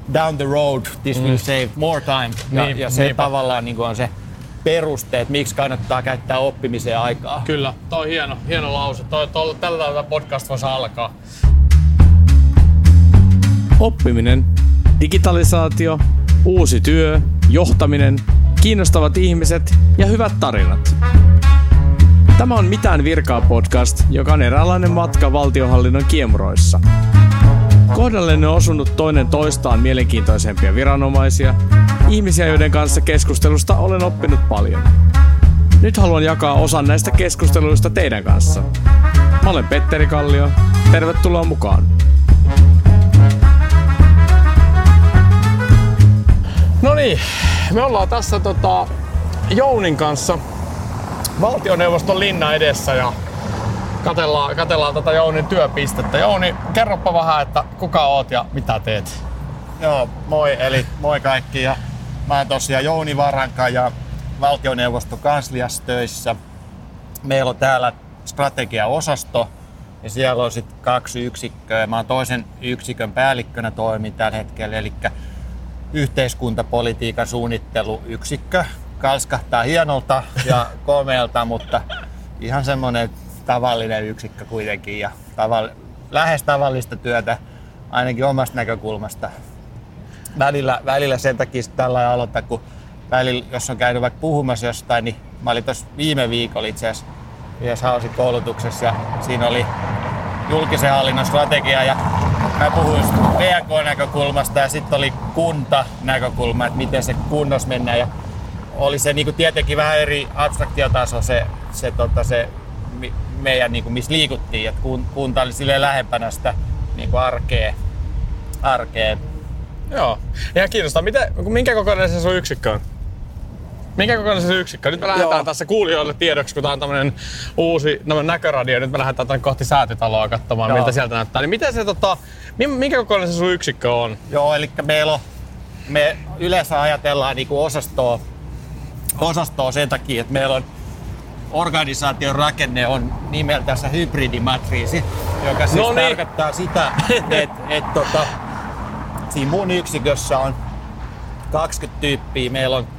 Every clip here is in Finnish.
down the road, this will save more time. Ja se tavallaan niin on se peruste, että miksi kannattaa käyttää oppimiseen aikaa. Kyllä, toi on hieno lause. Tällä tavalla podcast voisi alkaa. Oppiminen, digitalisaatio, uusi työ, johtaminen, kiinnostavat ihmiset ja hyvät tarinat. Tämä on Mitään virkaa podcast, joka on eräänlainen matka valtionhallinnon kiemuroissa. Kohdalleni on osunut toinen toistaan mielenkiintoisempia viranomaisia, ihmisiä, joiden kanssa keskustelusta olen oppinut paljon. Nyt haluan jakaa osan näistä keskusteluista teidän kanssa. Mä olen Petteri Kallio. Tervetuloa mukaan. No niin, me ollaan tässä Jounin kanssa valtioneuvoston linnan edessä ja katellaan tätä Jounin työpistettä. Jouni, kerropa vähän, että kuka oot ja mitä teet? Joo, moi, eli moi kaikki. Ja mä oon tosiaan Jouni Varanka ja valtioneuvoston kansliassa töissä. Meillä on täällä strategiaosasto ja siellä on sitten 2 yksikköä. Mä oon toisen yksikön päällikkönä toimin tällä hetkellä, eli yhteiskuntapolitiikan suunnitteluyksikkö. Kalskahtaa hienolta ja komealta, mutta ihan semmonen tavallinen yksikkö kuitenkin ja lähes tavallista työtä ainakin omasta näkökulmasta. Välillä sen takia tällä aloittaa, kun välillä, jos on käynyt vaikka puhumassa jostain, niin mä olin tuossa viime viikolla itse asiassa yhdessä Hausi-koulutuksessa ja siinä oli julkisen hallinnon strategia ja mä puhuin VNK-näkökulmasta ja sitten oli kunta-näkökulma, että miten se kunnossa mennään. Ja oli se niinku tietenkin vähän eri abstraktiotaso se meidän niinku missä liikuttiin, että kunta oli silleen lähempänä sitä niinku arkea. Joo. Ihan kiinnostaa. Minkä kokoinen se sun yksikkö on? Minkä kokoinen se yksikkö? Nyt me lähdetään tässä kuulijoille tiedoksi, kun tää on tämmönen uusi näköradio. Nyt me lähdetään tänne kohti Säätytaloa katsomaan, miltä sieltä näyttää. Niin miten se minkä kokoinen se sun yksikkö on? Joo, eli me yleensä ajatellaan niinku osastoa sen takia, että meillä on organisaation rakenne on nimeltänsä hybridimatriisi, joka siis tarkoittaa sitä, että siinä mun yksikössä on 20 tyyppiä, meillä on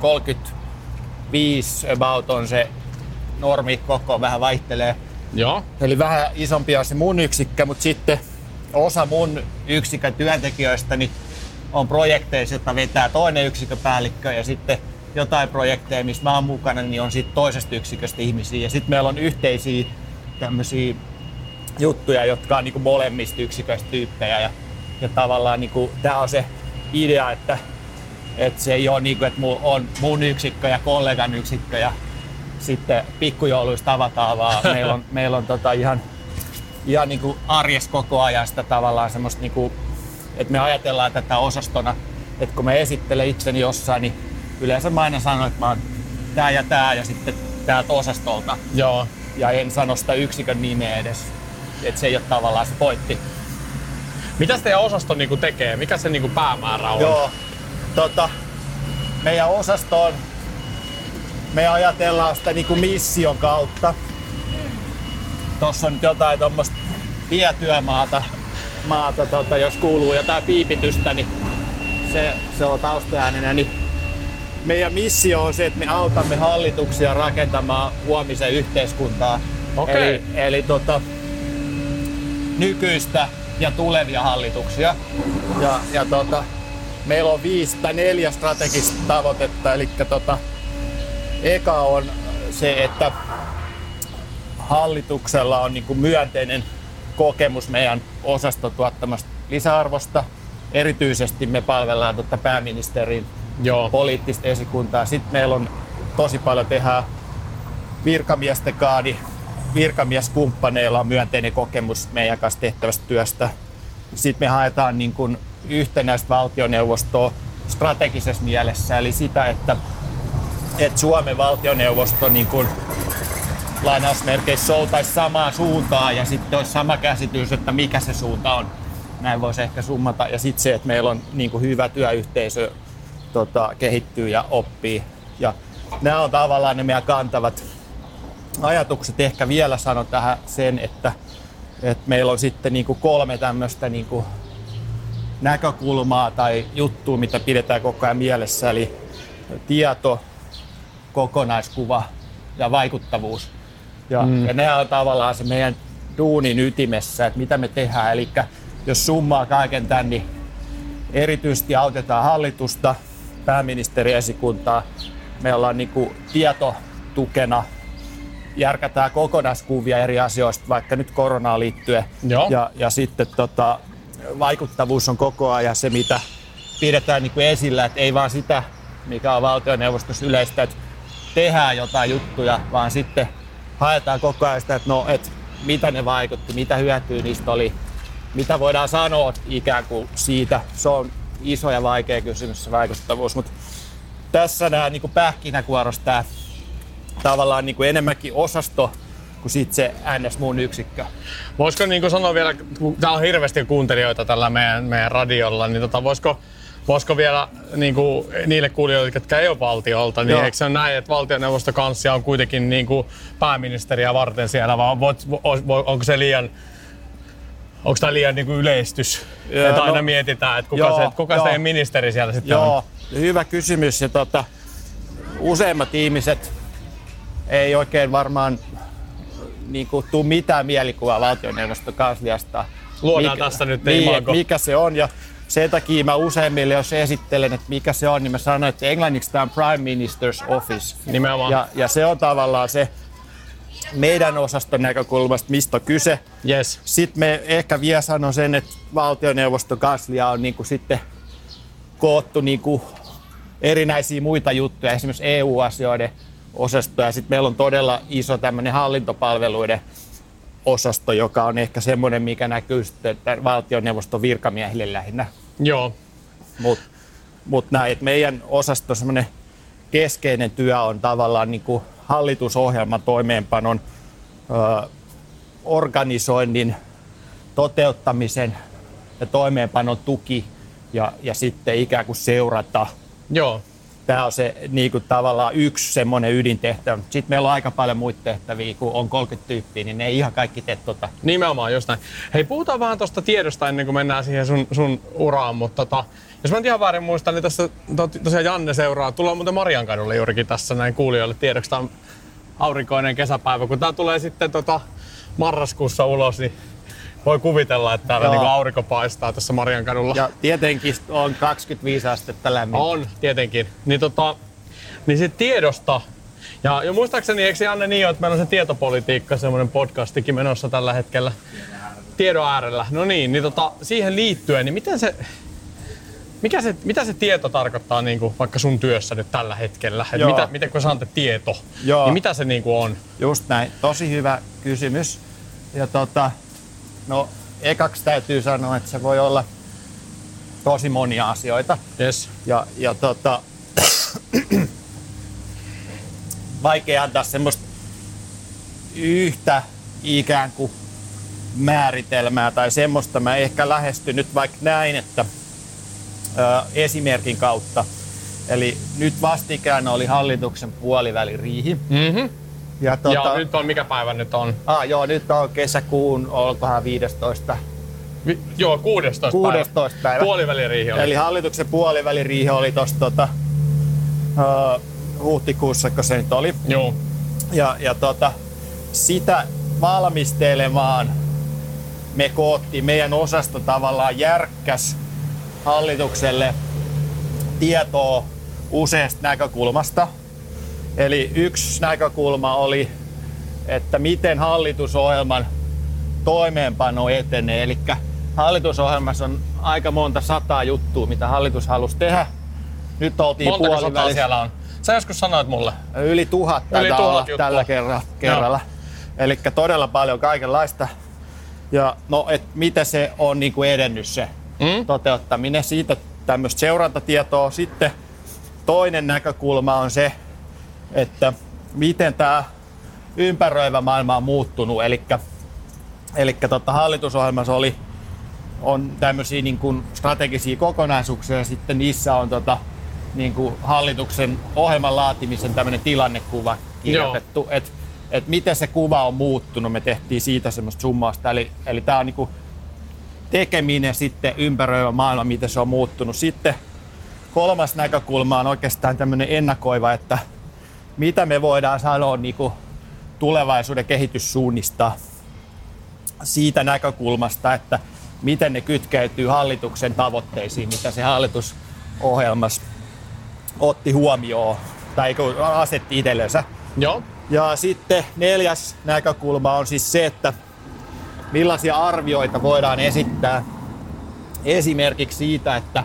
35 about on se normi, koko vähän vaihtelee. Joo. Eli vähän isompi on se mun yksikkö, mutta sitten osa mun yksikön työntekijöistä niin on projekteissa, jota vetää toinen yksikköpäällikkö ja sitten jotain projekteja, missä mä oon mukana, niin on siitä toisesta yksiköstä ihmisiä. Ja sitten meillä on yhteisiä tämmöisiä juttuja, jotka on niinku molemmista yksiköistä tyyppejä. Ja tavallaan niinku, tää on se idea, että se ei ole niinku, että on mun yksikkö ja kollegan yksikkö ja sitten pikkujouluissa tavataan, vaan meillä on ihan niinku arjes koko ajan sitä tavallaan semmoista, niinku, että me ajatellaan tätä osastona, että kun mä esittelen itseni jossain, niin yleensä mä aina sanon, että mä oon tää ja sitten täältä osastolta. Joo. Ja en sano sitä yksikön nimeä edes. Että se ei ole tavallaan se pointti. Mitä teidän osasto niinku tekee? Mikä se niinku päämäärä on? Joo. Meidän osastoon me ajatellaan sitä niinku mission kautta. Tossa on nyt jotain tommoista tietyömaata, jos kuuluu jotain piipitystä, niin se on taustaäänenä. Niin meidän missio on se, että me autamme hallituksia rakentamaan huomisen yhteiskuntaa. Okay. Eli nykyistä ja tulevia hallituksia. Ja meillä on 4 strategista tavoitetta. Eli eka on se, että hallituksella on niinku myönteinen kokemus meidän osaston tuottamasta lisäarvosta. Erityisesti me palvellaan pääministerin poliittista esikuntaa. Sitten meillä on tosi paljon tehdään virkamiesten kanssa. Virkamieskumppaneilla on myönteinen kokemus meidän kanssa tehtävästä työstä. Sitten me haetaan niin kuin yhtenäistä valtioneuvostoa strategisessa mielessä, eli sitä, että Suomen valtioneuvosto niin kuin lainausmerkeissä soutaisi samaan suuntaan ja sitten olisi sama käsitys, että mikä se suunta on. Näin voisi ehkä summata. Ja sitten se, että meillä on niin kuin hyvä työyhteisö kehittyy ja oppii. Ja nämä on tavallaan ne meidän kantavat ajatukset. Ehkä vielä sanon tähän sen, että meillä on sitten niin kuin 3 tämmöistä niin kuin näkökulmaa tai juttua, mitä pidetään koko ajan mielessä, eli tieto, kokonaiskuva ja vaikuttavuus. Ja ne on tavallaan se meidän duunin ytimessä, että mitä me tehdään. Eli jos summaa kaiken tämän, niin erityisesti autetaan hallitusta, pääministeriesikuntaa. Me ollaan niin kuin tietotukena, järkätään kokonaiskuvia eri asioista, vaikka nyt koronaan liittyen. Ja sitten vaikuttavuus on koko ajan se, mitä pidetään niin kuin esillä, että ei vaan sitä, mikä on valtioneuvostossa yleistä, että tehdään jotain juttuja, vaan sitten haetaan koko ajan sitä, että mitä ne vaikutti, mitä hyötyä niistä oli, mitä voidaan sanoa ikään kuin siitä. Se on iso ja vaikea kysymys se vaikuttavuus, mutta tässä nämä niin kuin pähkinäkuorossa tämä tavallaan niin kuin enemmänkin osasto kuin sit se NS muun yksikkö. Voisiko niin kuin sanoa vielä, kun täällä on hirveästi kuuntelijoita tällä meidän radiolla, niin voisiko vielä niin kuin niille kuulijoille, jotka ei ole valtiolta, niin eikö se ole näin, että valtioneuvostokanslia on kuitenkin niin kuin pääministeriä varten siellä, vai onko se liian... Onko tämä liian niin kuin yleistys? Että aina mietitään, että kuka se ministeri siellä sitten on? Hyvä kysymys. Ja useimmat ihmiset ei oikein varmaan niin kuin, tule mitään mielikuvaa valtioneuvostokansliasta. Luodaan tässä nyt mikä se on. Ja sen takia mä useimmille, jos esittelen, että mikä se on, niin mä sanon, että englanniksi tämä on Prime Minister's Office. Nimenomaan. Ja se on tavallaan se meidän osaston näkökulmasta, mistä on kyse. Yes. Sitten me ehkä vielä sanon sen, että valtioneuvostokanslia on niinku sitten koottu niinku erinäisiä muita juttuja, esimerkiksi EU-asioiden osasto, ja sitten meillä on todella iso tämmöinen hallintopalveluiden osasto, joka on ehkä semmoinen, mikä näkyy sitten valtioneuvoston virkamiehille lähinnä. Joo. Mut näin, että meidän osasto semmoinen keskeinen työ on tavallaan niinku hallitusohjelman toimeenpanon, organisoinnin, toteuttamisen ja toimeenpanon tuki ja sitten ikään kuin seurata. Joo. Tämä on se niin kuin tavallaan yksi semmoinen ydintehtävä. Sitten meillä on aika paljon muita tehtäviä, kun on 30 tyyppiä, niin ne ei ihan kaikki tee tota. Nimenomaan, just näin. Hei, puhutaan vähän tuosta tiedosta ennen kuin mennään siihen sun uraan, mutta jos mä en ihan väärin muista, niin tässä tosiaan Janne seuraa. Tullaan muuten Mariankadulle juurikin tässä näin kuulijoille tiedoksi. Tämä on aurinkoinen kesäpäivä. Kun tää tulee sitten marraskuussa ulos, niin voi kuvitella, että täällä niin aurinko paistaa tässä Mariankadulla. Ja tietenkin on 25 astetta lämmin. On, tietenkin. Niin sit tiedosta. Ja muistaakseni, eikö Janne niin ole, että meillä on se tietopolitiikka, semmoinen podcastikin menossa tällä hetkellä tiedon äärellä. No niin siihen liittyen, niin mitä se tieto tarkoittaa niin kuin vaikka sun työssä nyt tällä hetkellä? Miten kun sanotte tieto, niin mitä se niin kuin on? Just näin. Tosi hyvä kysymys. Ja no ekaksi täytyy sanoa, että se voi olla tosi monia asioita. Yes. Ja vaikea antaa semmoista yhtä ikään kuin määritelmää tai semmoista. Mä ehkä lähestyn nyt vaikka näin, että esimerkin kautta. Eli nyt vastikään oli hallituksen puoliväliriihi. Mm-hmm. Ja nyt on, mikä päivä nyt on? Nyt on kesäkuun, olkohan 15. 16 päivä. Puoliväliriihi oli. Eli hallituksen puoliväliriihi oli tuossa huhtikuussa, kun se nyt oli. Joo. Ja sitä valmistelemaan me koottiin, meidän osasto tavallaan järkkäs hallitukselle tietoa useasta näkökulmasta. Eli yksi näkökulma oli, että miten hallitusohjelman toimeenpano etenee. Eli hallitusohjelmassa on aika monta 100 juttua, mitä hallitus halusi tehdä. Nyt oltiin puolivälissä. Siellä on? Sä joskus sanoit mulle. Yli 1000 taitaa olla tällä kerralla. Eli todella paljon kaikenlaista. Ja miten se on niin kuin edennyt se toteuttaminen. Siitä tämmöistä seurantatietoa. Sitten toinen näkökulma on se, että miten tämä ympäröivä maailma on muuttunut. Eli hallitusohjelmassa on tämmöisiä niin kuin strategisia kokonaisuuksia ja sitten niissä on niin kuin hallituksen ohjelman laatimisen tämmöinen tilannekuva kirjoitettu. Että miten se kuva on muuttunut. Me tehtiin siitä semmoista summausta. Eli tämä on niin kuin tekeminen, sitten ympäröivä maailma, miten se on muuttunut. Sitten kolmas näkökulma on oikeastaan tämmöinen ennakoiva, että mitä me voidaan sanoa niin kuin tulevaisuuden kehityssuunnista siitä näkökulmasta, että miten ne kytkeytyy hallituksen tavoitteisiin, mitä se hallitusohjelmassa otti huomioon tai asetti itsellensä. Joo. Ja sitten neljäs näkökulma on siis se, että millaisia arvioita voidaan esittää esimerkiksi siitä, että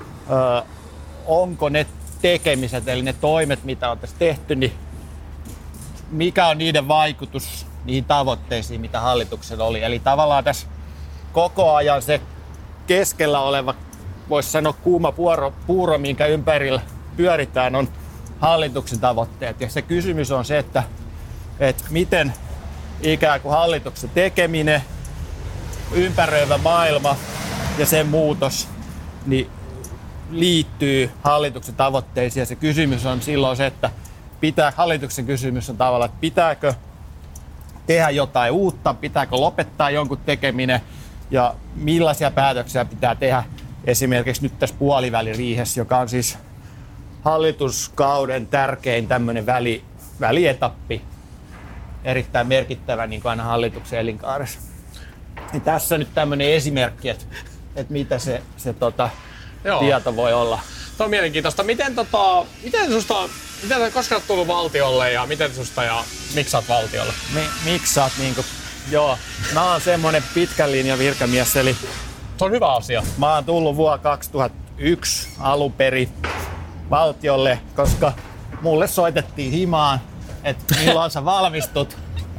onko ne tekemiset, eli ne toimet, mitä on tässä tehty, niin mikä on niiden vaikutus niihin tavoitteisiin, mitä hallituksella oli. Eli tavallaan tässä koko ajan se keskellä oleva, voisi sanoa kuuma puuro, minkä ympärillä pyöritään, on hallituksen tavoitteet. Ja se kysymys on se, että miten ikään kuin hallituksen tekeminen, ympäröivä maailma ja sen muutos niin liittyy hallituksen tavoitteisiin. Ja se kysymys on silloin se, että hallituksen kysymys on tavallaan, että pitääkö tehdä jotain uutta, pitääkö lopettaa jonkun tekeminen ja millaisia päätöksiä pitää tehdä esimerkiksi nyt tässä puoliväliriihessä, joka on siis hallituskauden tärkein tämmöinen välietappi, erittäin merkittävä niin kuin aina hallituksen elinkaaressa. Ja tässä nyt tämmöinen esimerkki, että mitä se tieto voi olla. Tuo on mielenkiintoista. Miten koska olet tullut valtiolle ja miten susta ja miksi sä oot valtiolle? Miksi sä oot niinku, joo, mä oon semmonen pitkän linjan virkamies, eli se on hyvä asia. Mä oon tullut vuonna 2001 alun perin valtiolle, koska mulle soitettiin himaan, että milloin sä valmistut,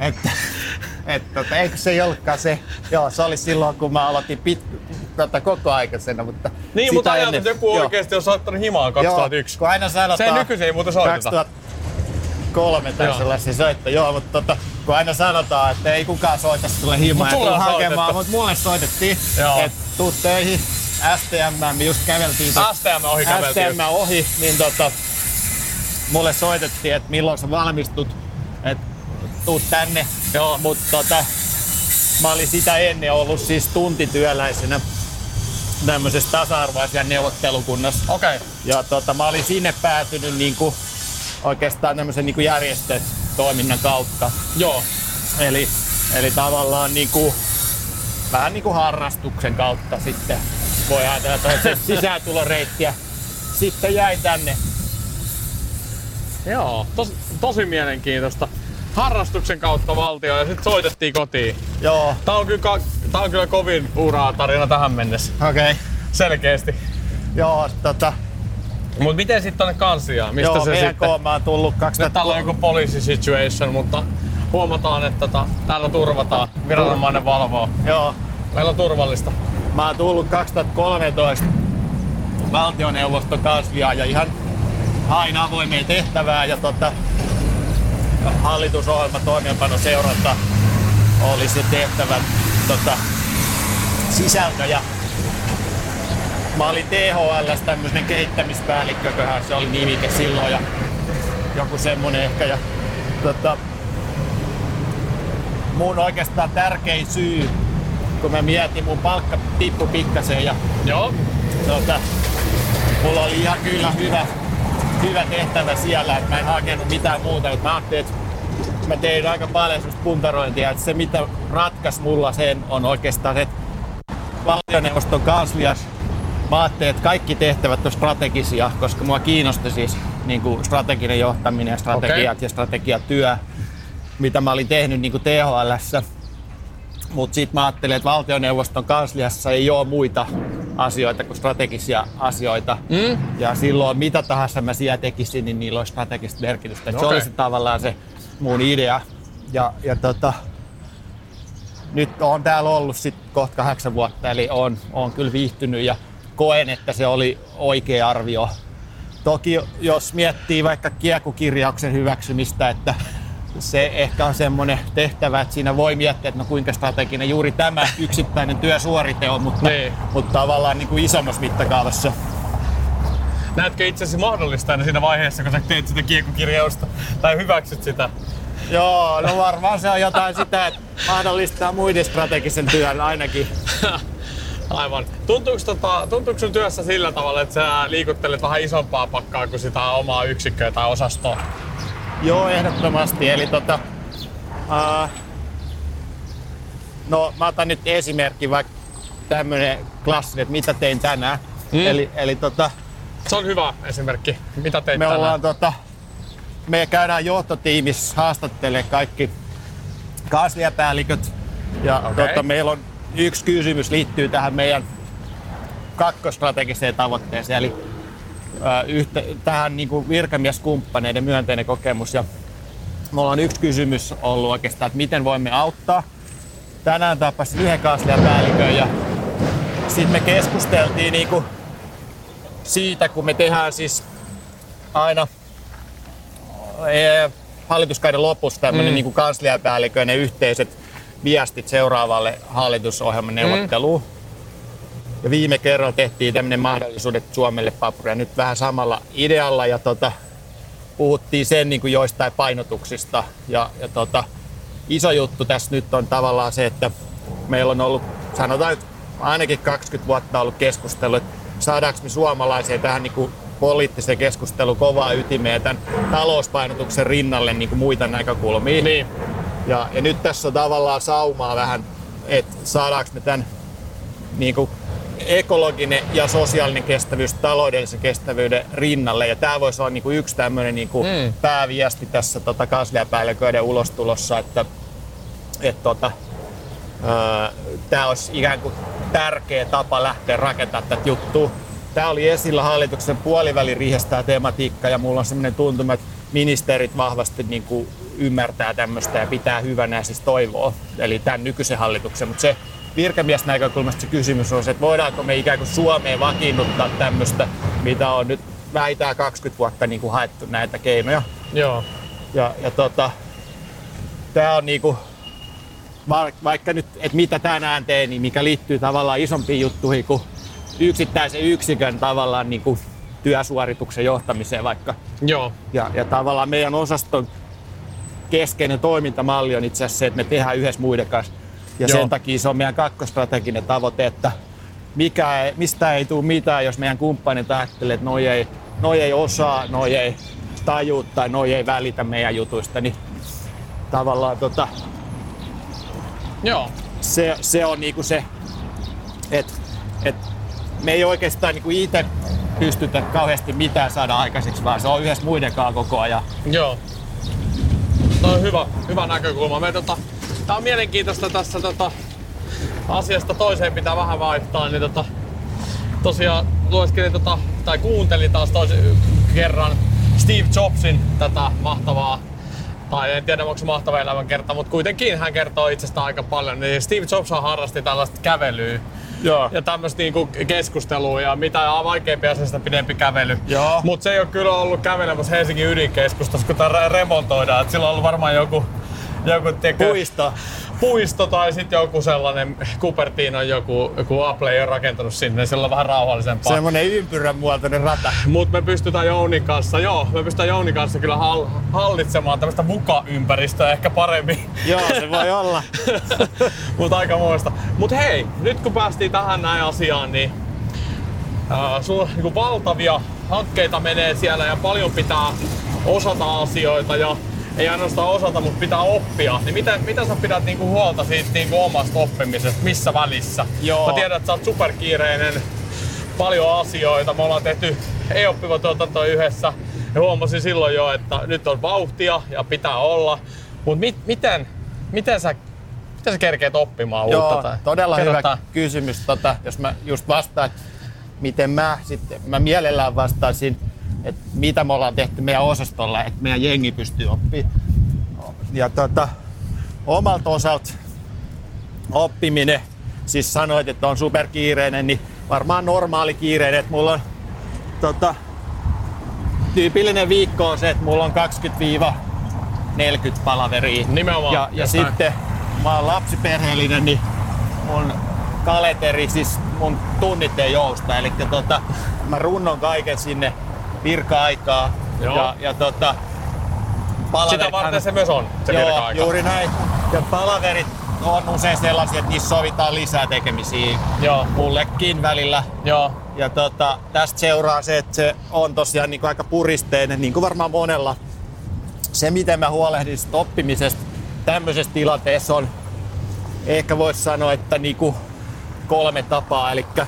eikö se ei ollutkaan se, joo, se oli silloin kun mä aloitin kokoaikaisena, mutta niin, mutta ajattelin, että joku oikeesti on soittanut himaan 2001. Joo, kun aina sanotaan, se nykyisin ei muuten soiteta. 2003 tai sellaisia soitto, joo, mutta kun aina sanotaan, että ei kukaan soita sulle himaan ja tuu hakemaan, mutta mulle soitettiin, että tuu töihin STM, me just käveltiin. STM ohi, niin mulle soitettiin, että milloin sä valmistut, että tuu tänne, joo, mutta mä olin sitä ennen ollut siis tuntityöläisenä tämmöisessä tasa-arvoasian neuvottelukunnassa. Okay. Ja mä olin sinne päätynyt niinku oikeastaan tämmöisen niinku järjestötoiminnan kautta. Joo. Eli tavallaan niinku vähän niinku harrastuksen kautta sitten voi ajatella, että se sisääntuloreittiä sitten jäin tänne. Joo, tosi mielenkiintoista. Harrastuksen kautta valtio ja sitten soitettiin kotiin. Joo. Tää on kyllä kovin uraa tarina tähän mennessä. Okei. Okay. Selkeästi. Joo, Mut miten sit tonne kansliaan? Mistä joo, se sitten? mä oon tullut 2000. Täällä on joku policy situation, mutta huomataan, että täällä turvataan. Viranomainen valvoo. Joo. Meillä on turvallista. Mä oon tullut 2013 valtioneuvoston kansliaan ja ihan hain avoimeen tehtävää ja hallitusohjelma toimeenpano seuranta oli se tehtävän sisältö ja mä olin THL:ssä tämmöinen kehittämispäällikkököhän se oli nimike silloin ja joku semmonen ehkä ja mun oikeastaan tärkein syy kun mä mietin mun palkka tippu pikkasen ja joo. Mulla oli ihan kyllä hyvä tehtävä siellä, että mä en hakenut mitään muuta, mutta mä ajattelin, että mä tein aika paljon semmoista puntarointia, että se mitä ratkaisi mulla sen on oikeastaan se, että valtioneuvoston kansliassa mä ajattelin, että kaikki tehtävät on strategisia, koska mua kiinnosti siis niin kuin strateginen johtaminen ja strategiat ja strategiatyö, mitä mä olin tehnyt niin kuin THL:ssä. Mutta sitten mä ajattelin, että valtioneuvoston kansliassa ei ole muita asioita kuin strategisia asioita. Ja silloin mitä tahansa mä siellä tekisin, niin niillä olisi strategista merkitystä. Okay. Se oli se tavallaan se mun idea. Ja nyt on täällä ollut sit kohta 8 vuotta, eli on kyllä viihtynyt ja koen, että se oli oikea arvio. Toki jos miettii vaikka kiekukirjauksen hyväksymistä, että se ehkä on semmoinen tehtävä, että siinä voi miettiä, että no kuinka strateginen juuri tämä yksittäinen työsuorite on, mutta tavallaan niin kuin isommassa mittakaavassa. Näetkö itsesi mahdollista siinä vaiheessa, kun sä teet sitä kiekukirjausta tai hyväksyt sitä? Joo, no varmaan se on jotain sitä, että mahdollistaa muiden strategisen työn ainakin. Aivan. Tuntuuko sun työssä sillä tavalla, että sä liikuttelet vähän isompaa pakkaa kuin sitä omaa yksikköä tai osastoa? Joo, ehdottomasti. Eli no mä otan nyt esimerkki, vaikka tämmönen klassinen, että mitä tein tänään. Eli se on hyvä esimerkki. Mitä teit me tänään? Me käydään johtotiimissä haastattelemaan kaikki kansliapäälliköt. Ja meillä on yksi kysymys liittyy tähän meidän kakkostrategiseen tavoitteeseen. Eli tähän niin kuin virkamieskumppaneiden myönteinen kokemus. Ja mulla on yksi kysymys ollut oikeastaan, että miten voimme auttaa. Tänään tapasin yhden kansliapäällikön ja sitten me keskusteltiin niinku siitä, kun me tehdään siis aina hallituskauden lopussa tämmönen niinku kansliapäälliköiden yhteiset viestit seuraavalle hallitusohjelman neuvotteluun. Ja viime kerralla tehtiin tämmönen mahdollisuudet Suomelle papuri ja nyt vähän samalla idealla ja puhuttiin sen niinku joistain painotuksista ja iso juttu tässä nyt on tavallaan se, että meillä on ollut, sanotaan ainakin 20 vuotta ollut keskustelu, että saadaanko me suomalaisia tähän niin kuin poliittiseen keskusteluun kovaa ytimeen tämän talouspainotuksen rinnalle niin kuin muita näkökulmia. Niin. Ja nyt tässä on tavallaan saumaa vähän, että saadaanko me tämän niin kuin ekologinen ja sosiaalinen kestävyys taloudellisen kestävyyden rinnalle. Ja tämä voisi olla niin kuin yksi tämmöinen niin kuin pääviesti tässä kansliapäälliköiden ulostulossa, että tämä olisi ikään kuin tärkeä tapa lähteä rakentamaan tätä juttua. Tämä oli esillä hallituksen puoliväliriihestä tämä tematiikka ja mulla on sellainen tuntuma, että ministerit vahvasti niin kuin ymmärtää tämmöistä ja pitää hyvänä ja siis toivoo. Eli tämän nykyisen hallituksen. Mutta se virkamiesnäkökulmasta se kysymys on se, että voidaanko me ikään kuin Suomeen vakiinnuttaa tämmöistä, mitä on nyt vähintään 20 vuotta niin kuin haettu näitä keinoja. Joo. Ja tämä on niinku, vaikka nyt, että mitä tänään teen, niin mikä liittyy tavallaan isompiin juttuihin kuin yksittäisen yksikön tavallaan niinku työsuorituksen johtamiseen vaikka. Joo. Ja tavallaan meidän osaston keskeinen toimintamalli on itse asiassa se, että me tehdään yhdessä muiden kanssa. Ja sen takia se on meidän kakkostrateginen tavoite, että mistä ei tule mitään, jos meidän kumppanit ajattelee, että noi ei osaa, noi ei tajuu tai noi ei välitä meidän jutuista, niin tavallaan Joo. Se on niinku se, että me ei oikeastaan niinku itse pystytä kauheasti mitään saada aikaiseksi, vaan se on yhdessä muiden kanssa koko ajan. Joo. No hyvä näkökulma. Tää on mielenkiintoista tässä asiasta toiseen pitää vähän vaihtaa, niin tosiaan lueskelin tai kuuntelin taas toisen kerran Steve Jobsin tätä mahtavaa, tai en tiedä onko se mahtava elämänkerta, mutta kuitenkin hän kertoo itsestään aika paljon. Niin Steve Jobshan harrasti tällaista kävelyä. Joo. Ja tämmöistä niinku keskustelua ja mitä vaikeampi asia sitä pidempi kävely. Mutta se ei ole kyllä ollut kävelemässä Helsingin ydinkeskustassa, kun tää remontoidaan. Et sillä on ollut varmaan joku puisto tai sitten joku sellainen Cupertinon joku Apple ei ole rakentanut sinne, sillä on vähän rauhallisempaa. Semmoinen ympyrän muotoinen rata. Mut me pystytään Jounin kanssa kyllä hallitsemaan tämmöistä VUCA-ympäristöä ehkä paremmin. Joo, se voi olla. Mut aika muista. Mut hei, nyt kun päästiin tähän näin asiaan, niin sulla niinku valtavia hankkeita menee siellä ja paljon pitää osata asioita ja ei ainoastaan osata, mutta pitää oppia. Niin mitä sä pidät niinku huolta siitä niinku omasta oppimisesta? Missä välissä? Joo. Mä tiedän, että sä oot superkiireinen. Paljon asioita. Me ollaan tehty e-oppiva tuotantoa yhdessä. Ja huomasin silloin jo, että nyt on vauhtia ja pitää olla. Mut miten sä kerkeet oppimaan uutta? Joo, todella hyvä kysymys. Jos mä just vastaan, miten mä mielellään vastaisin, että mitä me ollaan tehty meidän osastolla, että meidän jengi pystyy oppimaan. Ja omalta osalta oppiminen, siis sanoit, että on superkiireinen, niin varmaan normaali kiireinen, että mulla on tyypillinen viikko on se, että mulla on 20-40 palaveria. Nimenomaan. Ja sitten mä oon lapsiperheellinen, niin mun kalenteri, siis mun tunnit ei jousta, eli mä runnon kaiken sinne virka-aikaa. Ja sitä varten se myös on, se virka-aika. Juuri näin. Ja palaverit on usein sellaisia, että niissä sovitaan lisää tekemisiä. Joo. Mullekin välillä. Joo. Ja tästä seuraa se, että se on tosiaan niin kuin aika puristeinen, niin kuin varmaan monella. Se, miten mä huolehdin oppimisesta tämmöisessä tilanteessa on, ehkä voisi sanoa, että niin kuin 3 tapaa. Elikkä,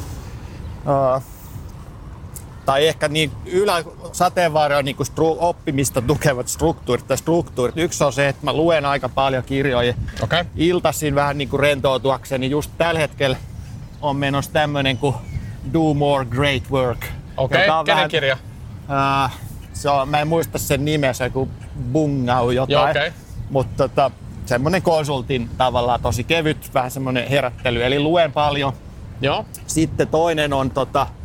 tai ehkä niin sateenvarjon niin oppimista tukevat struktuurit. Yksi on se, että mä luen aika paljon kirjoja. Okay. Iltaisin vähän niin kuin rentoutuakseni. Just tällä hetkellä on menossa tämmönen kuin Do More Great Work. Okei, kenen kirja? Mä en muista sen nimeä, se on joku Bungau jotain. Okay. Mutta semmonen konsultin tavallaan tosi kevyt, vähän semmonen herättely. Eli luen paljon. Joo. Sitten toinen on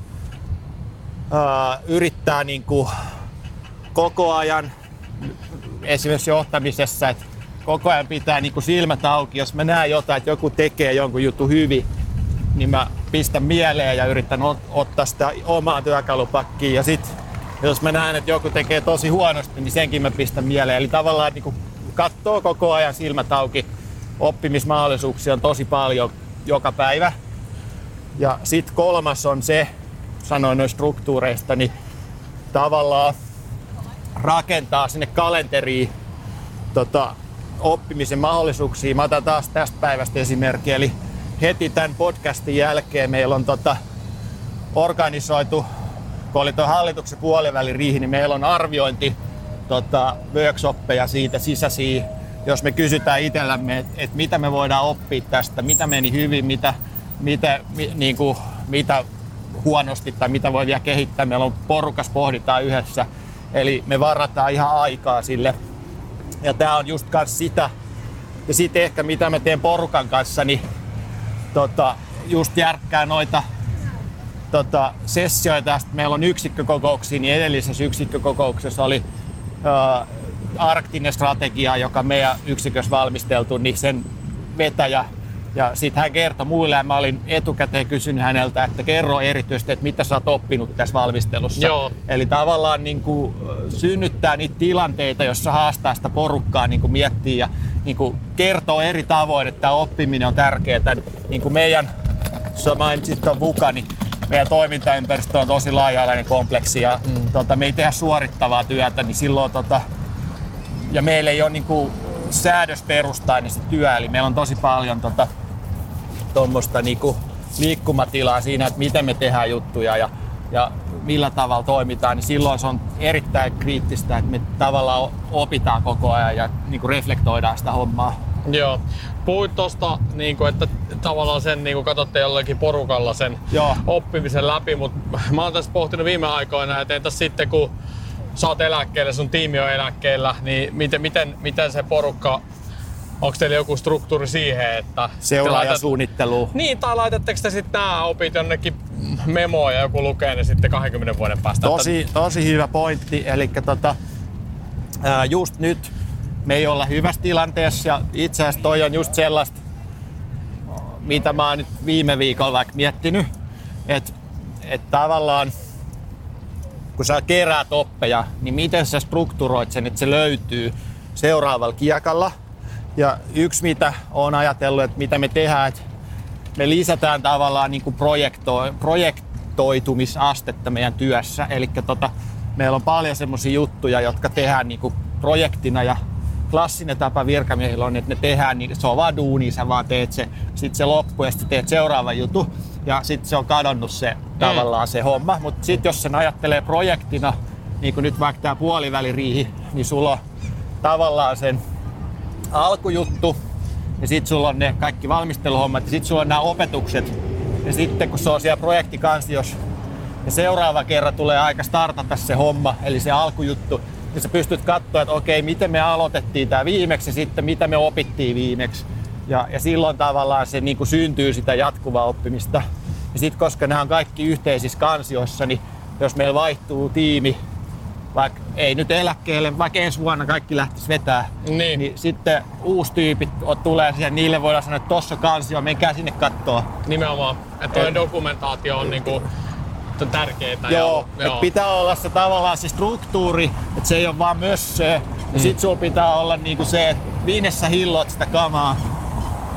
yrittää niinku koko ajan, esimerkiksi johtamisessa, että koko ajan pitää niinku silmät auki. Jos mä näen jotain, että joku tekee jonkun jutun hyvin, niin mä pistän mieleen ja yritän ottaa sitä omaa työkalupakkiin. Ja sit, jos mä näen, että joku tekee tosi huonosti, niin senkin mä pistän mieleen. Eli tavallaan niinku katsoo koko ajan silmät auki. Oppimismahdollisuuksia on tosi paljon joka päivä. Ja sit 3. on se, sanoin noista struktuureista, niin tavallaan rakentaa sinne kalenteriin oppimisen mahdollisuuksia. Mä otan taas tästä päivästä esimerkkiä. Eli heti tämän podcastin jälkeen meillä on organisoitu, kun oli tuo hallituksen puoliväliriihi, niin meillä on arviointi workshoppeja siitä sisäisiä, jos me kysytään itsellämme, että mitä me voidaan oppia tästä, mitä meni hyvin, mitä huonosti tai mitä voi vielä kehittää. Meillä on porukas, pohditaan yhdessä, eli me varataan ihan aikaa sille. Ja tää on just kans sitä. Ja sitten ehkä mitä mä teen porukan kanssa, niin just järkkää noita sessioita. Meillä on yksikkökokouksia, niin edellisessä yksikkökokouksessa oli arktinen strategia, joka meidän yksikössä valmisteltu, niin sen vetäjä. Ja sitten hän kertoi muille, ja mä olin etukäteen kysynyt häneltä, että kerro erityisesti, että mitä sä oot oppinut tässä valmistelussa. Joo. Eli tavallaan niin kuin synnyttää niitä tilanteita, jossa haastaa sitä porukkaa niin kuin miettiä ja niin kuin kertoo eri tavoin, että tämä oppiminen on tärkeää. Niin kuin meidän, sä mainitsit tuon VUCA, niin meidän toimintaympäristö on tosi laaja-alainen kompleksi ja me ei tehdä suorittavaa työtä, niin silloin ja meillä ei ole niin kuin säädösperustainen se työ, eli meillä on tosi paljon tuommoista niinku liikkumatilaa siinä, että miten me tehdään juttuja ja millä tavalla toimitaan, niin silloin se on erittäin kriittistä, että me tavallaan opitaan koko ajan ja niinku reflektoidaan sitä hommaa. Joo. Puhuit tosta, että tavallaan sen katsotte jollakin porukalla sen oppimisen läpi, mutta mä oon tässä pohtinut viime aikoina, että entäs sitten kun sä oot eläkkeellä, sun tiimi on eläkkeellä, niin miten se porukka, onko teillä joku struktuuri siihen, että seuraajasuunnittelua? Niin, tai laitatteko te sitten nämä opit jonnekin memoon ja joku lukee ne sitten 20 vuoden päästä? Tosi hyvä pointti, eli just nyt me ei olla hyvässä tilanteessa ja itse asiassa toi on just sellaista, mitä mä oon nyt viime viikolla vaikka miettinyt, että tavallaan kun sä keräät oppeja, niin miten sä strukturoit sen, että se löytyy seuraavalla kiekalla. Ja yksi mitä oon ajatellut, että mitä me tehdään, että me lisätään tavallaan niin kuin projektoitumisastetta meidän työssä. Eli meillä on paljon semmosia juttuja, jotka tehdään niin kuin projektina ja klassinen tapa virkamiehillä on, että ne tehdään, niin se on vaan duuni, sä vaan teet se, sit se loppuu ja sitten teet seuraavan jutun ja sitten se on kadonnut se tavallaan se homma. Mutta sitten jos sen ajattelee projektina, niin kuin nyt vaikka tää puoliväliriihi, niin sulla on tavallaan sen alkujuttu ja sitten sulla on ne kaikki valmisteluhommat ja sitten sulla on nämä opetukset ja sitten kun se on siellä projektikansiossa ja seuraava kerran tulee aika startata se homma, eli se alkujuttu, ja sä pystyt katsoa, että okei, miten me aloitettiin tää viimeksi ja sitten mitä me opittiin viimeksi. Ja silloin tavallaan se niin kuin syntyy sitä jatkuvaa oppimista. Ja sitten koska nämä on kaikki yhteisissä kansioissa, niin jos meillä vaihtuu tiimi, vaikka ei nyt eläkkeelle, vaikka ensi vuonna kaikki lähtisi vetää, niin sitten uusi tyypit tulee siihen, niille voidaan sanoa, että tossa kansio, menkää sinne kattoo. Nimenomaan, että tuo dokumentaatio on niinku tärkeää. Joo. Pitää olla se tavallaan se struktuuri, että se ei ole vaan mössöä. Ja sit sulla pitää olla niinku se, että minne sä hillot sitä kamaa.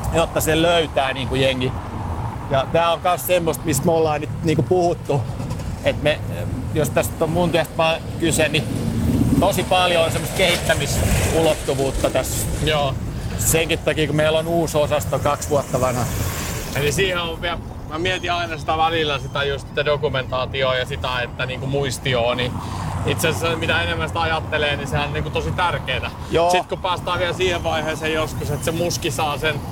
jotta se löytää niin kuin jengi. Ja tää on myös semmoista, mistä me ollaan nyt niin kuin puhuttu. Että me, jos tästä on mun työstä kyse, niin tosi paljon on semmoista kehittämisulottuvuutta tässä. Joo. Senkin takia, kun meillä on uusi osasto 2 vuotta vanha. Eli siihen on vielä, mä mietin aina sitä välillä sitä just sitä dokumentaatioa ja sitä, että niinku muistioon, niin itse asiassa mitä enemmän sitä ajattelee, niin sehän on niinku tosi tärkeetä. Joo. Sitten kun päästään vielä siihen vaiheeseen joskus, että se muski saa sen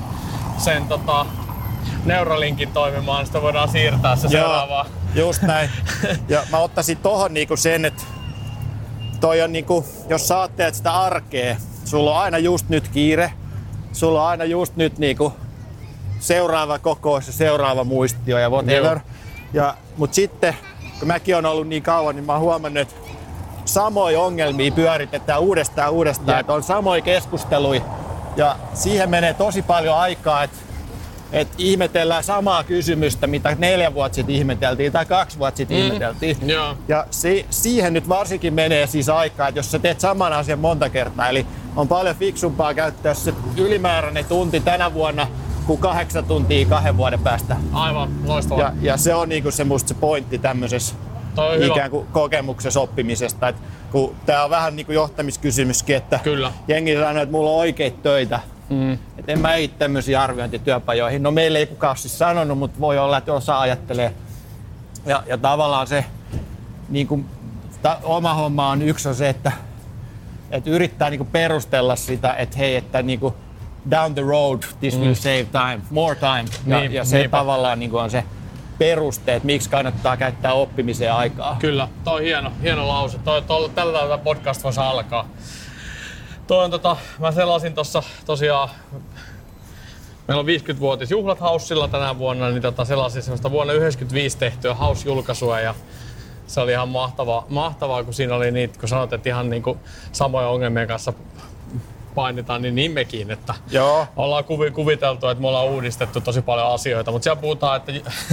Neuralinkin toimimaan, niin sitä voidaan siirtää se seuraavaan. Just näin. Ja mä ottaisin tohon niinku sen, että toi on niinku, jos sä ajattelet sitä arkea, sulla on aina just nyt kiire, sulla on aina just nyt niinku seuraava kokous ja seuraava muistio ja whatever. Mut sitten, kun mäkin on ollut niin kauan, niin mä oon huomannut, että samoja ongelmia pyöritetään uudestaan, että on samoja keskusteluja ja siihen menee tosi paljon aikaa, että ihmetellään samaa kysymystä, mitä 4 vuotta sitten ihmeteltiin tai 2 vuotta sitten ihmeteltiin. Ja siihen nyt varsinkin menee siis aikaa, että jos sä teet saman asian monta kertaa, eli on paljon fiksumpaa käyttää se ylimääräinen tunti tänä vuonna kuin 8 tuntia 2 vuoden päästä. Aivan, loistavaa. Ja se on niinku se musta se pointti tämmöisessä ikään kuin kokemuksessa oppimisesta. Kun tää on vähän niinku johtamiskysymyskin, että Kyllä. jengi sanoo, että mulla on oikeita töitä. Et en mä ei tämmöisiä arviointityöpajoihin. No meille ei kukaan siis sanonut, mutta voi olla, että osa ajattelee. Ja tavallaan se niinku, oma homma on yksi on se, että yrittää niinku perustella sitä, että hei, että niinku, down the road this will save time, more time. Ja se tavallaan niinku on se peruste, että miksi kannattaa käyttää oppimiseen aikaa. Kyllä, toi on hieno lause. Tällä podcast voisi alkaa. Mä selasin tossa tosiaan, meillä on 50-vuotisjuhlat Haussilla tänä vuonna, niin selasin semmoista vuonna 1995 tehtyä House-julkaisua ja se oli ihan mahtavaa, kun siinä oli niitä, kun sanot, että ihan niinku samoja ongelmien kanssa painitaan, niin mekin, että ollaan kuviteltu, että me ollaan uudistettu tosi paljon asioita, mutta siellä puhutaan, että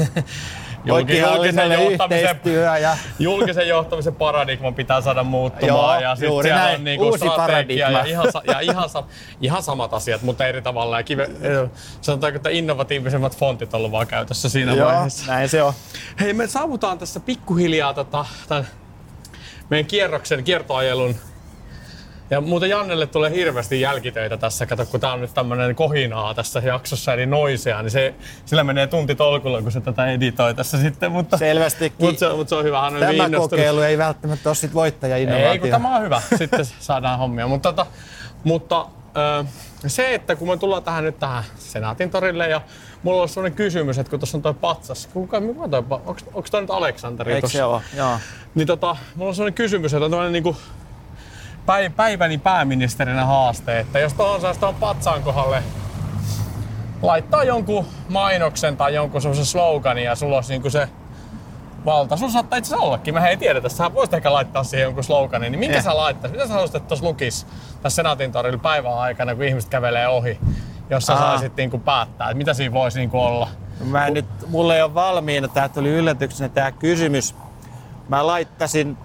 julkisen johtamisen paradigman pitää saada muuttumaan ja sitten siellä on niinku strategia ja ihan samat asiat, mutta eri tavalla. Sanotaanko, että innovatiivisemmat fontit on ollut vaan käytössä siinä vaiheessa. Näin se on. Hei, me saavutaan tässä pikkuhiljaa tämän meidän kiertoajelun. Ja muuten Jannelle tulee hirveästi jälkitöitä tässä, kato kun tää on nyt tämmönen kohinaa tässä jaksossa, eli noisea, niin sillä menee tunti tolkulla, kun se tätä editoi tässä sitten, mutta selvästikin. Mutta se on hyvä, hän on tämä kokeilu ei välttämättä ole sit voittaja-innovaatio. Ei, kun tämä on hyvä, sitten saadaan hommia. Mutta se, että kun me tullaan tähän Senaatin torille ja mulla on sellainen kysymys, että kun tuossa on toi patsas, onko toi nyt Aleksanteri? Eikö se ole? Joo. Niin mulla on sellainen kysymys, että on tämmöinen niinku päiväni pääministerinä haaste, että jos tuohon patsaan kohdalle laittaa jonkun mainoksen tai jonkun semmoisen sloganin ja sulla olisi niinku se valta. Sulla saattaa itse asiassa ollakin, me ei tiedetä, sä voisit ehkä laittaa siihen jonkun sloganin, niin minkä sä laittaisit? Mitä sä haluaisit, että tuossa lukisi tässä Senaatin torilla päivän aikana, kun ihmiset kävelee ohi, jos sä saisit niinku päättää, että mitä siinä voisi niinku olla? Mulla ei ole valmiina, tää tuli yllätyksenä tää kysymys. Mä laittaisin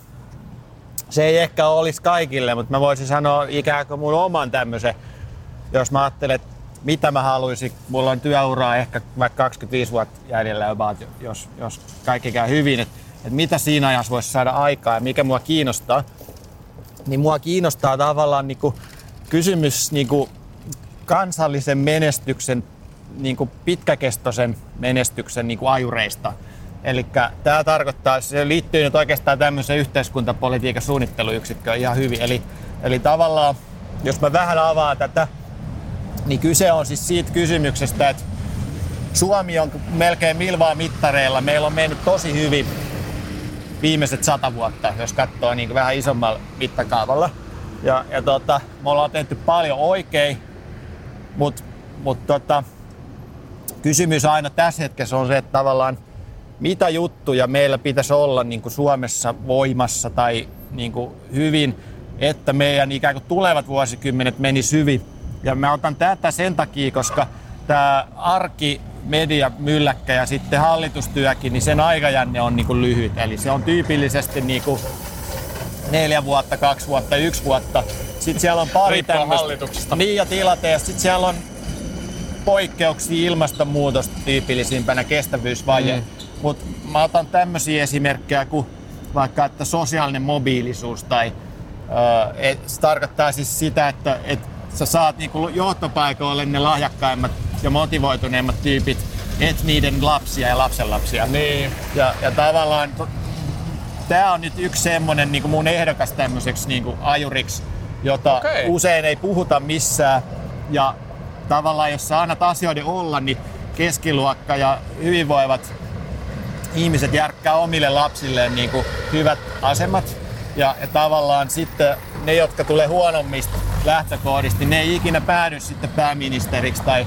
se ei ehkä olisi kaikille, mutta mä voisin sanoa ikään kuin mun oman tämmöisen, jos mä ajattelen, että mitä mä haluaisin. Mulla on työuraa ehkä vaikka 25 vuotta jäljellä, jos kaikki käy hyvin, että mitä siinä ajassa voisi saada aikaa ja mikä mua kiinnostaa. Niin mua kiinnostaa tavallaan niinku kysymys niinku kansallisen menestyksen, niinku pitkäkestoisen menestyksen niinku ajureista. Elikkä tää tarkoittaa, se liittyy nyt oikeastaan tämmöiseen yhteiskuntapolitiikan suunnitteluyksikköön ihan hyvin. Eli tavallaan, jos mä vähän avaan tätä, niin kyse on siis siitä kysymyksestä, että Suomi on melkein milvaa mittareilla. Meillä on mennyt tosi hyvin viimeiset 100 vuotta, jos katsoo niin vähän isommalla mittakaavalla. Ja me ollaan tehty paljon oikein, mutta kysymys aina tässä hetkessä on se, että tavallaan mitä juttuja meillä pitäisi olla niin kuin Suomessa voimassa tai niin kuin hyvin, että meidän ikään kuin tulevat vuosikymmenet menisi hyvin. Ja mä otan tätä sen takia, koska tämä media mylläkkä ja sitten hallitustyökin, niin sen aikajänne on niin kuin lyhyt. Eli se on tyypillisesti niin kuin 4 vuotta, 2 vuotta, 1 vuotta. Sitten siellä on pari tämmöistä. Hallituksesta. Niin ja tilanteesta. Sitten siellä on poikkeuksia ilmastonmuutosta tyypillisimpänä kestävyysvaje. Mutta mä otan tämmöisiä esimerkkejä kuin vaikka että sosiaalinen mobiilisuus tai se tarkoittaa siis sitä, että sä saat niinku johtopaikoille ne lahjakkaimmat ja motivoituneimmat tyypit, et niiden lapsia ja lapsenlapsia. Niin. Ja tavallaan tää on nyt yksi semmonen niinku mun ehdokas tämmöiseksi niinku ajuriksi, jota usein ei puhuta missään. Ja tavallaan jos sä annat asioiden olla, niin keskiluokka ja hyvinvoivat ihmiset järkkää omille lapsilleen niinku hyvät asemat. Ja tavallaan sitten ne, jotka tulee huonommista lähtökohdista, niin ne ei ikinä päädy sitten pääministeriksi tai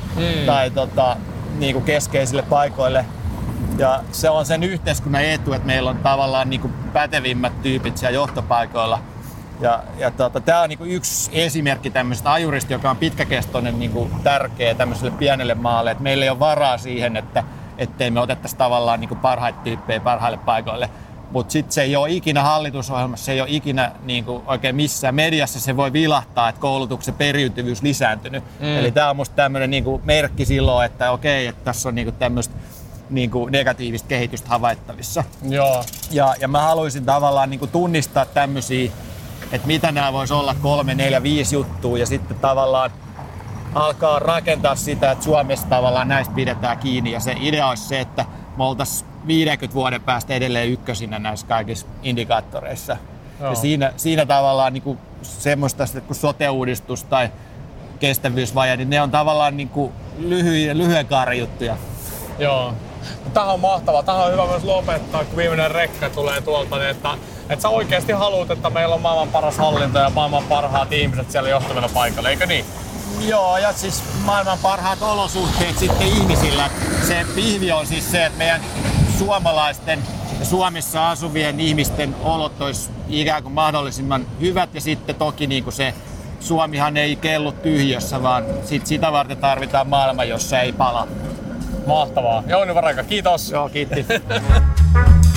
niinku keskeisille paikoille. Ja se on sen yhteiskunnan etu, että meillä on tavallaan niinku pätevimmät tyypit siellä johtopaikoilla. Ja tämä on niinku yksi esimerkki tämmöisestä ajurista, joka on pitkäkestoinen niinku tärkeä tämmöiselle pienelle maalle. Et meillä ei ole varaa siihen, ettei me otettaisi tavallaan niinku parhaita tyyppejä parhaille paikoille. Mutta sitten se ei ole ikinä hallitusohjelmassa, se ei ole ikinä niinku oikein missään mediassa se voi vilahtaa, että koulutuksen periytyvyys lisääntynyt. Eli tämä on musta tämmöinen niinku merkki silloin, että okei, että tässä on niinku tämmöistä niinku negatiivista kehitystä havaittavissa. Joo. Ja mä haluaisin tavallaan niinku tunnistaa tämmöisiä, että mitä nämä vois olla 3, 4, 5 juttua ja sitten tavallaan alkaa rakentaa sitä, että Suomessa tavallaan näistä pidetään kiinni. Ja se idea olisi se, että me oltaisiin 50 vuoden päästä edelleen ykkösinä näissä kaikissa indikaattoreissa. Ja siinä tavallaan niin kuin semmoista kuin sote-uudistus tai kestävyysvaje, niin ne on tavallaan niin kuin lyhyen kaaren juttuja. Joo. Tämähän on mahtavaa. Tämähän on hyvä myös lopettaa, kun viimeinen rekka tulee tuolta, niin että sä oikeasti haluat, että meillä on maailman paras hallinto ja maailman parhaat ihmiset siellä johtavilla paikalla, eikö niin? Joo, ja siis maailman parhaat olosuhteet sitten ihmisillä. Se pihvi on siis se, että meidän suomalaisten ja Suomessa asuvien ihmisten olot olisi ikään kuin mahdollisimman hyvät. Ja sitten toki niin kuin se Suomihan ei kellu tyhjössä, vaan sitä varten tarvitaan maailma, jossa ei pala. Mahtavaa. Jouni Varaika, kiitos. Joo, kiitti.